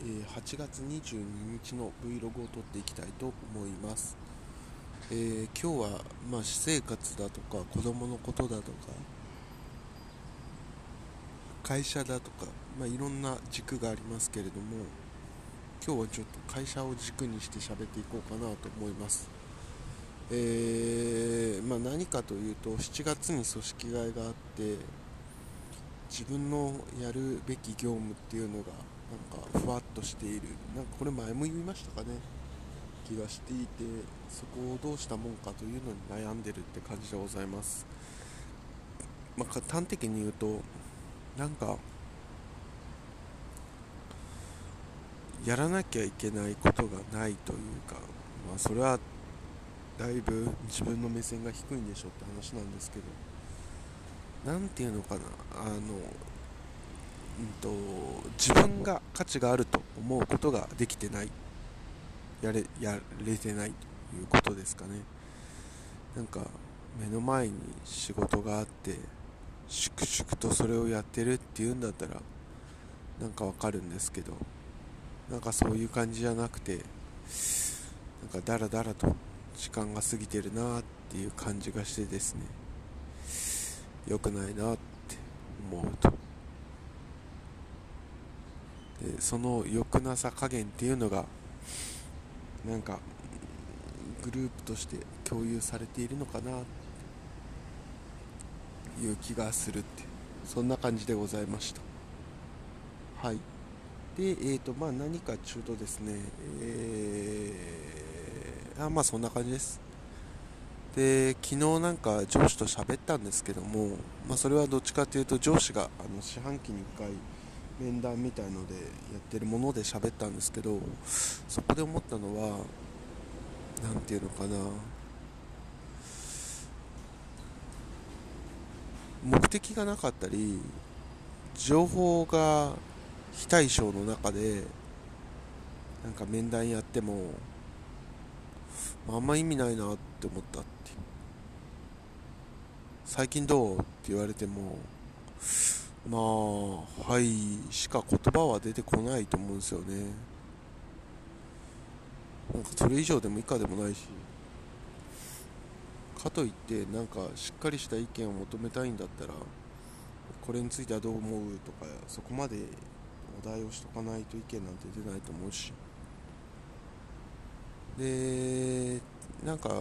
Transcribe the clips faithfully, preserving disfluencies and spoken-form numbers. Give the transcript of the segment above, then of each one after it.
えーはちがつにじゅうににちの Vlog を撮っていきたいと思います。えー今日は、まあ、私生活だとか子供のことだとか会社だとか、まあ、いろんな軸がありますけれども、今日はちょっと会社を軸にして喋っていこうかなと思います。えーまあ、何かというと、しちがつに組織替えがあって、自分のやるべき業務っていうのがなんかふわっとしている、なんかこれ前も言いましたかね、気がしていて、そこをどうしたもんかというのに悩んでるって感じでございます。まあ、端的に言うと、なんかやらなきゃいけないことがないというか、まあ、それはだいぶ自分の目線が低いんでしょって話なんですけど、なんていうのかな、あの、うんと、自分が価値があると思うことができてない、やれ、やれてないということですかね。なんか目の前に仕事があって粛々とそれをやってるっていうんだったらなんかわかるんですけど、なんかそういう感じじゃなくて、なんかダラダラと時間が過ぎてるなっていう感じがしてですね、良くないなって思うと。でその良くなさ加減っていうのがなんかグループとして共有されているのかなという気がするって、そんな感じでございました。はい。で、えーとまあ、何かちゅうとですね、えー、あまあそんな感じです。で、昨日なんか上司と喋ったんですけども、まあ、それはどっちかというと上司があの四半期にいっかい面談みたいのでやってるもので喋ったんですけど、そこで思ったのは、なんていうのかな、目的がなかったり、情報が非対称の中でなんか面談やってもあんま意味ないなって思ったって。最近どうって言われても、まあはいしか言葉は出てこないと思うんですよね。なんかそれ以上でも以下でもないし、かといってなんかしっかりした意見を求めたいんだったら、これについてはどう思うとか、そこまでお題をしとかないと意見なんて出ないと思うし、でなんか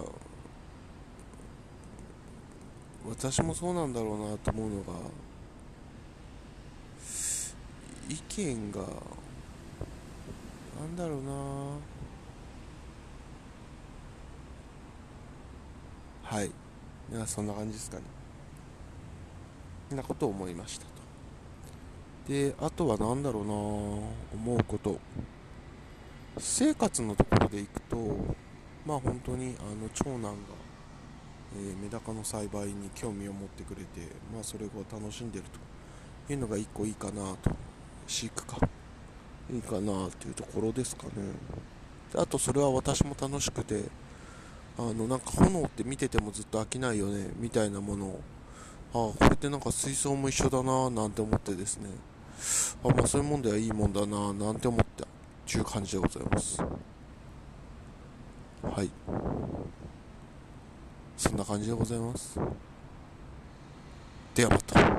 私もそうなんだろうなと思うのが、意見がなんだろうな、はい、そんな感じですかね。なことを思いましたと。で、あとはなんだろうな、思うこと、生活のところでいくと、まあ本当にあの長男が、えーメダカの栽培に興味を持ってくれて、まあそれを楽しんでるというのが一個いいかなと、飼育かいいかなというところですかね。であとそれは私も楽しくて、あのなんか炎って見ててもずっと飽きないよねみたいなものを、ああこれってなんか水槽も一緒だななんて思ってですね、あまあそういうもんではいいもんだななんて思ったという感じでございます。はい、そんな感じでございます。ではまた。